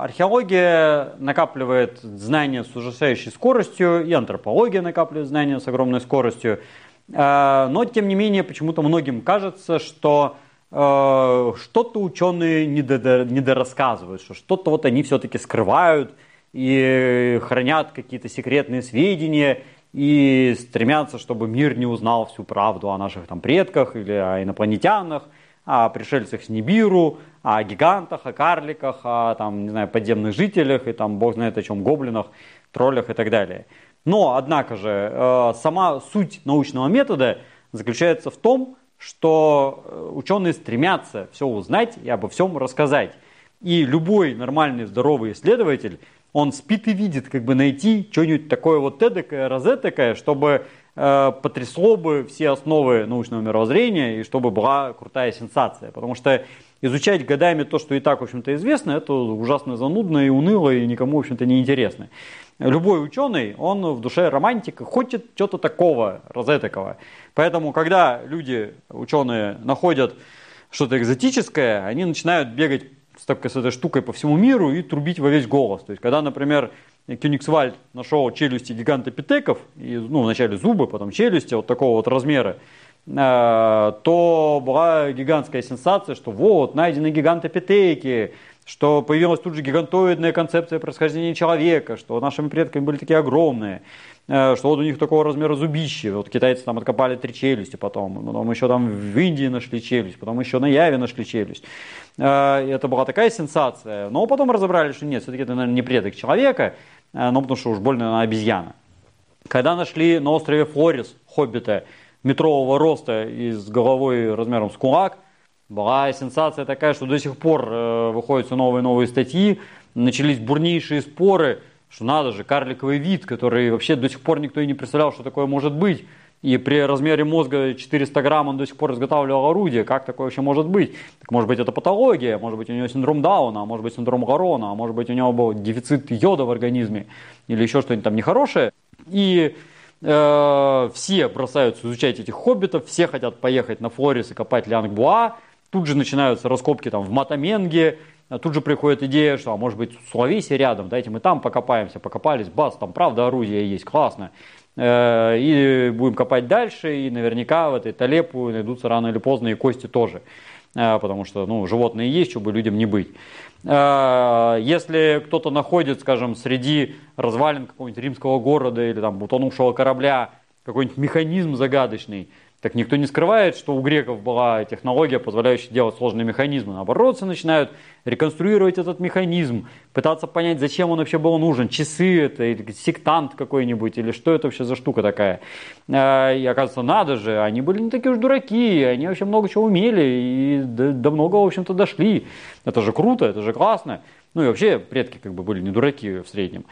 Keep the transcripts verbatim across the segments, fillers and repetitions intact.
археология накапливает знания с ужасающей скоростью, и антропология накапливает знания с огромной скоростью. Но, тем не менее, почему-то многим кажется, что что-то ученые недорассказывают, что что-то вот они все-таки скрывают и хранят какие-то секретные сведения, и стремятся, чтобы мир не узнал всю правду о наших там предках или о инопланетянах, о пришельцах с Нибиру, о гигантах, о карликах, о там, не знаю, подземных жителях и там бог знает о чем, гоблинах, троллях и так далее. Но, однако же, сама суть научного метода заключается в том, что ученые стремятся все узнать и обо всем рассказать. И любой нормальный, здоровый исследователь, он спит и видит, как бы найти что-нибудь такое вот эдакое, розетокое, чтобы э, потрясло бы все основы научного мировоззрения и чтобы была крутая сенсация. Потому что изучать годами то, что и так, в общем-то, известно, это ужасно занудно и уныло, и никому, в общем-то, не интересно. Любой ученый, он в душе романтик, хочет чего-то такого, розетокого. Поэтому, когда люди, ученые, находят что-то экзотическое, они начинают бегать с, такой, с этой штукой по всему миру и трубить во весь голос. То есть, когда, например, Кёнигсвальд нашел челюсти гигантопитеков, и, ну, вначале зубы, потом челюсти вот такого вот размера, то была гигантская сенсация, что вот, найдены гигантопитеки, что появилась тут же гигантоидная концепция происхождения человека, что нашими предками были такие огромные, что вот у них такого размера зубища, вот китайцы там откопали три челюсти потом, потом еще там в Индии нашли челюсть, потом еще на Яве нашли челюсть. И это была такая сенсация, но потом разобрали, что нет, все-таки это, наверное, не предок человека, ну потому что уж больно она обезьяна. Когда нашли на острове Флорис хоббита метрового роста и с головой размером с кулак, была сенсация такая, что до сих пор э, выходят все новые и новые статьи, начались бурнейшие споры, что надо же, карликовый вид, который вообще до сих пор никто и не представлял, что такое может быть. И при размере мозга четыреста грамм он до сих пор изготавливал орудие. Как такое вообще может быть? Так может быть это патология, может быть у него синдром Дауна, может быть синдром Гарона, а может быть у него был дефицит йода в организме или еще что-нибудь там нехорошее. И э, все бросаются изучать этих хоббитов, все хотят поехать на Флорис и копать Лиангбуа. Тут же начинаются раскопки там в Матаменге, тут же приходит идея, что а может быть Сулавеси рядом, дайте мы там покопаемся, покопались, бац, там правда орудие есть, классно. И будем копать дальше, и наверняка в этой Талепу найдутся рано или поздно и кости тоже, потому что ну, животные есть, чтобы людям не быть. Если кто-то находит, скажем, среди развалин какого-нибудь римского города или там утонувшего корабля какой-нибудь механизм загадочный, так никто не скрывает, что у греков была технология, позволяющая делать сложные механизмы. Наоборот, все начинают реконструировать этот механизм, пытаться понять, зачем он вообще был нужен. Часы это, или сектант какой-нибудь, или что это вообще за штука такая. И оказывается, надо же, они были не такие уж дураки, они вообще много чего умели и до, до многого, в общем-то, дошли. Это же круто, это же классно. Ну и вообще предки как бы были не дураки в среднем.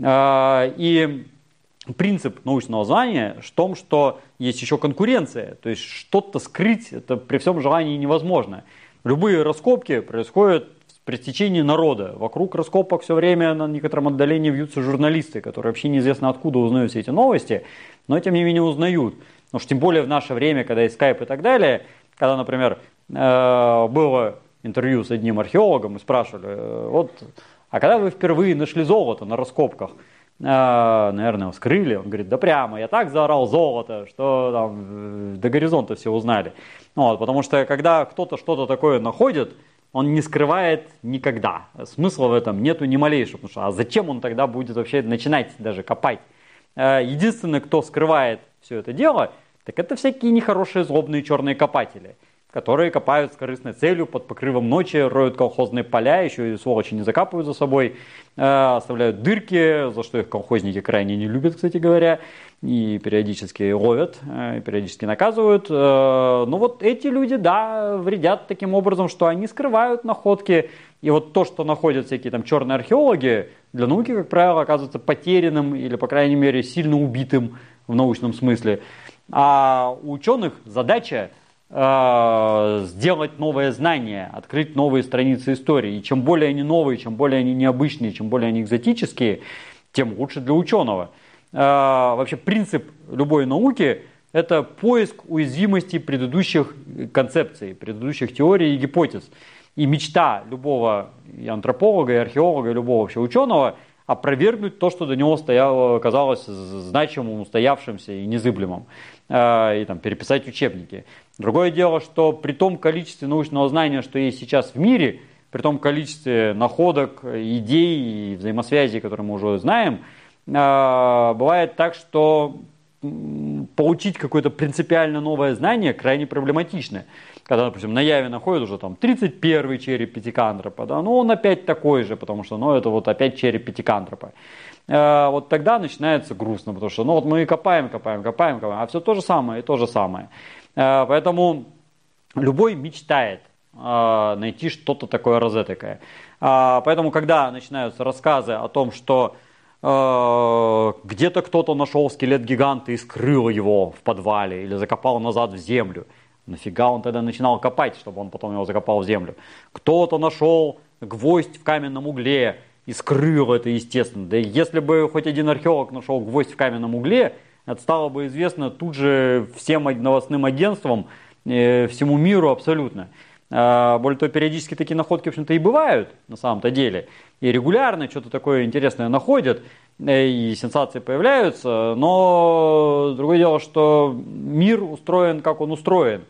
И принцип научного знания в том, что есть еще конкуренция, то есть что-то скрыть это при всем желании невозможно. Любые раскопки происходят при стечении народа. Вокруг раскопок все время на некотором отдалении вьются журналисты, которые вообще неизвестно откуда узнают все эти новости, но тем не менее узнают. Потому что тем более в наше время, когда есть скайп и так далее, когда, например, было интервью с одним археологом и спрашивали, вот, а когда вы впервые нашли золото на раскопках? Наверное, его скрыли. Он говорит, да прямо, я так заорал золото, что там до горизонта все узнали. Вот, потому что когда кто-то что-то такое находит, он не скрывает никогда. Смысла в этом нету ни малейшего. Потому что, а зачем он тогда будет вообще начинать даже копать? Единственный, кто скрывает все это дело, так это всякие нехорошие злобные черные копатели, которые копают с корыстной целью под покрывом ночи, роют колхозные поля, еще и сволочи не закапывают за собой, э, оставляют дырки, за что их колхозники крайне не любят, кстати говоря, и периодически ловят, э, и периодически наказывают. Э, но вот эти люди, да, вредят таким образом, что они скрывают находки, и вот то, что находят всякие там черные археологи, для науки, как правило, оказывается потерянным или, по крайней мере, сильно убитым в научном смысле. А у ученых задача сделать новое знание, открыть новые страницы истории. И чем более они новые, чем более они необычные, чем более они экзотические, тем лучше для ученого. Вообще принцип любой науки – это поиск уязвимостей предыдущих концепций, предыдущих теорий и гипотез. И мечта любого и антрополога, и археолога, и любого вообще ученого опровергнуть то, что до него стояло, казалось значимым, устоявшимся и незыблемым, и там, переписать учебники. Другое дело, что при том количестве научного знания, что есть сейчас в мире, при том количестве находок, идей и взаимосвязей, которые мы уже знаем, бывает так, что получить какое-то принципиально новое знание крайне проблематично. Когда, допустим, на Яве находят уже там тридцать первый череп пятикантропа, да, ну он опять такой же, потому что ну, это вот опять череп пятикантропа. Э, вот тогда начинается грустно, потому что ну вот мы копаем, копаем, копаем, копаем, а все то же самое и то же самое. Э, поэтому любой мечтает э, найти что-то такое розетокое. Э, поэтому, когда начинаются рассказы о том, что э, где-то кто-то нашел скелет гиганта и скрыл его в подвале или закопал назад в землю, нафига он тогда начинал копать, чтобы он потом его закопал в землю? Кто-то нашел гвоздь в каменном угле и скрыл это, естественно. Да если бы хоть один археолог нашел гвоздь в каменном угле, это стало бы известно тут же всем новостным агентствам, э, всему миру абсолютно. Э, более того, периодически такие находки, в общем-то, и бывают на самом-то деле. И регулярно что-то такое интересное находят, э, и сенсации появляются. Но другое дело, что мир устроен, как он устроен.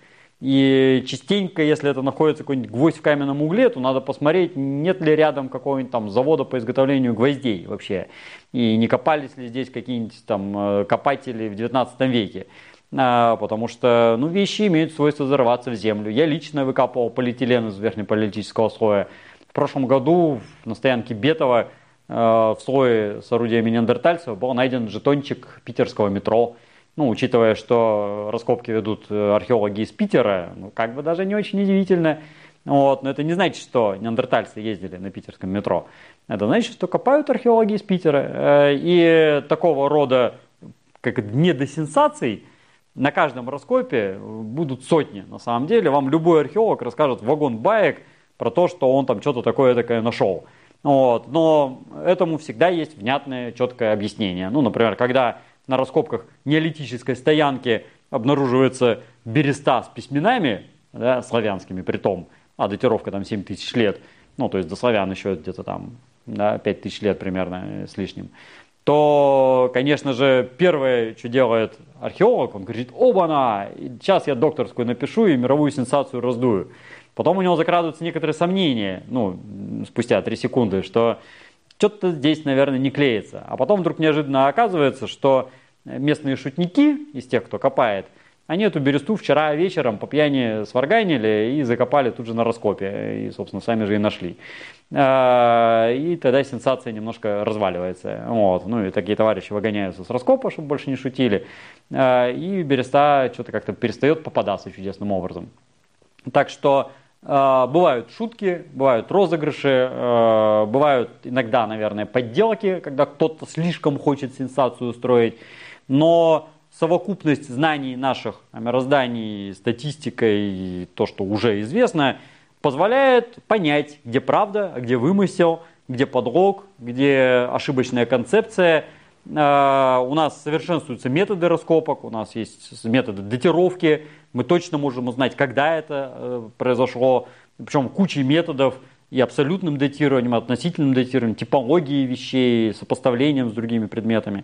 И частенько, если это находится какой-нибудь гвоздь в каменном угле, то надо посмотреть, нет ли рядом какого-нибудь там завода по изготовлению гвоздей вообще. И не копались ли здесь какие-нибудь там копатели в девятнадцатом веке. А, потому что ну, вещи имеют свойство взрываться в землю. Я лично выкапывал полиэтилен из верхнеполиэтического слоя. В прошлом году на стоянке Бетова э, в слое с орудиями неандертальцев был найден жетончик питерского метро. Ну, учитывая, что раскопки ведут археологи из Питера, ну, как бы даже не очень удивительно. Вот. Но это не значит, что неандертальцы ездили на питерском метро. Это значит, что копают археологи из Питера. И такого рода как дни до сенсаций на каждом раскопе будут сотни. На самом деле, вам любой археолог расскажет вагон баек про то, что он там что-то такое-такое нашел. Вот. Но этому всегда есть внятное, четкое объяснение. Ну, например, когда на раскопках неолитической стоянки обнаруживается береста с письменами, да, славянскими притом, а датировка там семь тысяч лет, ну то есть до славян еще где-то там да, пять тысяч лет примерно с лишним, то, конечно же, первое, что делает археолог, он говорит: оба-на, сейчас я докторскую напишу и мировую сенсацию раздую. Потом у него закрадываются некоторые сомнения, ну, спустя три секунды, что что-то здесь, наверное, не клеится. А потом вдруг неожиданно оказывается, что местные шутники из тех, кто копает, они эту бересту вчера вечером по пьяни сварганили и закопали тут же на раскопе. И, собственно, сами же и нашли. И тогда сенсация немножко разваливается. Вот. Ну и такие товарищи выгоняются с раскопа, чтобы больше не шутили. И береста что-то как-то перестает попадаться чудесным образом. Так что бывают шутки, бывают розыгрыши, бывают иногда, наверное, подделки, когда кто-то слишком хочет сенсацию устроить, но совокупность знаний наших о мироздании, статистика и то, что уже известно, позволяет понять, где правда, а где вымысел, где подлог, где ошибочная концепция. У нас совершенствуются методы раскопок, у нас есть методы датировки, мы точно можем узнать, когда это произошло, причем кучей методов и абсолютным датированием, относительным датированием, типологией вещей, сопоставлением с другими предметами.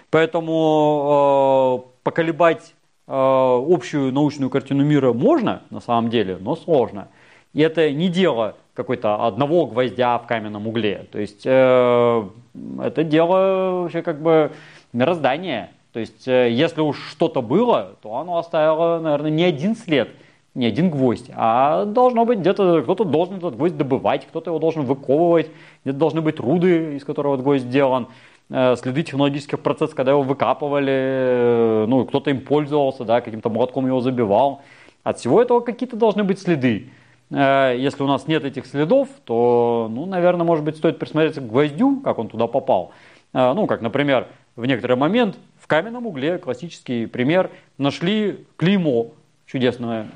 Поэтому э, поколебать э, общую научную картину мира можно, на самом деле, но сложно. И это не дело какой-то одного гвоздя в каменном угле. То есть э, это дело вообще как бы мироздания. То есть э, если уж что-то было, то оно оставило, наверное, не один след, не один гвоздь, а должно быть где-то, кто-то должен этот гвоздь добывать, кто-то его должен выковывать, где-то должны быть руды, из которого этот гвоздь сделан, э, следы технологических процессов, когда его выкапывали, э, ну, кто-то им пользовался, да, каким-то молотком его забивал. От всего этого какие-то должны быть следы. Если у нас нет этих следов, то, ну, наверное, может быть, стоит присмотреться к гвоздю, как он туда попал. Ну, как, например, в некоторый момент в каменном угле, классический пример, нашли клеймо чудесное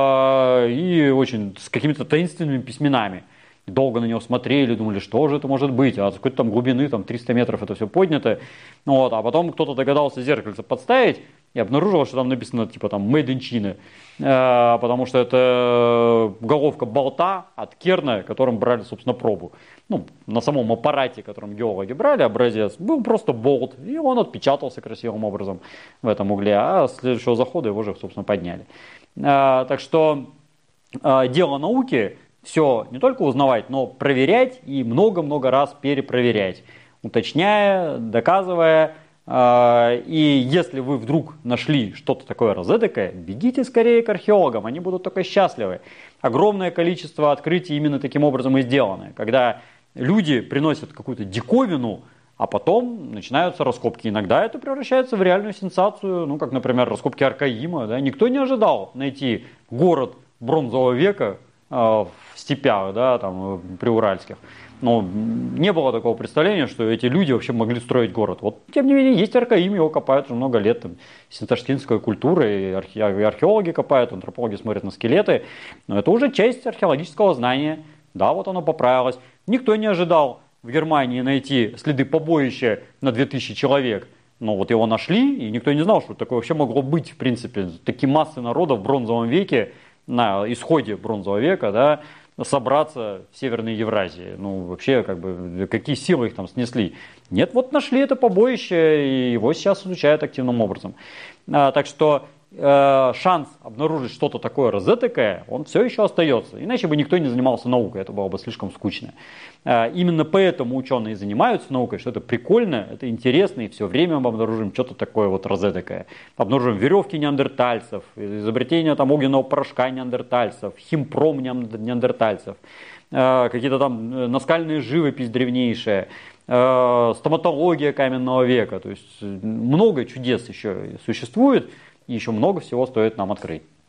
и очень с какими-то таинственными письменами. Долго на него смотрели, думали, что же это может быть, а с какой-то там глубины, там триста метров это все поднято. Вот, а потом кто-то догадался зеркальце подставить, и обнаружилось, что там написано типа там Made in China, э, потому что это головка болта от керна, которым брали, собственно, пробу. Ну, на самом аппарате, которым геологи брали образец, был просто болт, и он отпечатался красивым образом в этом угле, а с следующего захода его же, собственно, подняли. Э, так что э, дело науки все не только узнавать, но проверять и много-много раз перепроверять, уточняя, доказывая. И если вы вдруг нашли что-то такое розетокое, бегите скорее к археологам, они будут только счастливы. Огромное количество открытий именно таким образом и сделаны, когда люди приносят какую-то диковину, а потом начинаются раскопки. Иногда это превращается в реальную сенсацию, ну как, например, раскопки Аркаима. Да? Никто не ожидал найти город бронзового века э, в степях, да, там, приуральских. Но не было такого представления, что эти люди вообще могли строить город. Вот, тем не менее, есть Аркаим, его копают уже много лет. Там, синташтинская культура, и археологи копают, антропологи смотрят на скелеты. Но это уже часть археологического знания. Да, вот оно поправилось. Никто не ожидал в Германии найти следы побоища на две тысячи человек. Но вот его нашли, и никто не знал, что такое вообще могло быть, в принципе. Такие массы народа в бронзовом веке, на исходе бронзового века, да, собраться в Северной Евразии. Ну, вообще, как бы, какие силы их там снесли? Нет, вот нашли это побоище, и его сейчас изучают активным образом. А, так что э, шанс обнаружить что-то такое розетокое, он все еще остается. Иначе бы никто не занимался наукой, это было бы слишком скучно. А, именно поэтому ученые занимаются наукой, что это прикольно, это интересно, и все время мы обнаружим что-то такое вот розетокое. Обнаружим веревки неандертальцев, изобретение там огненного порошка неандертальцев, химпром неандертальцев, а, какие-то там наскальные живопись древнейшая, стоматология каменного века. То есть много чудес еще существует, и еще много всего стоит нам открыть.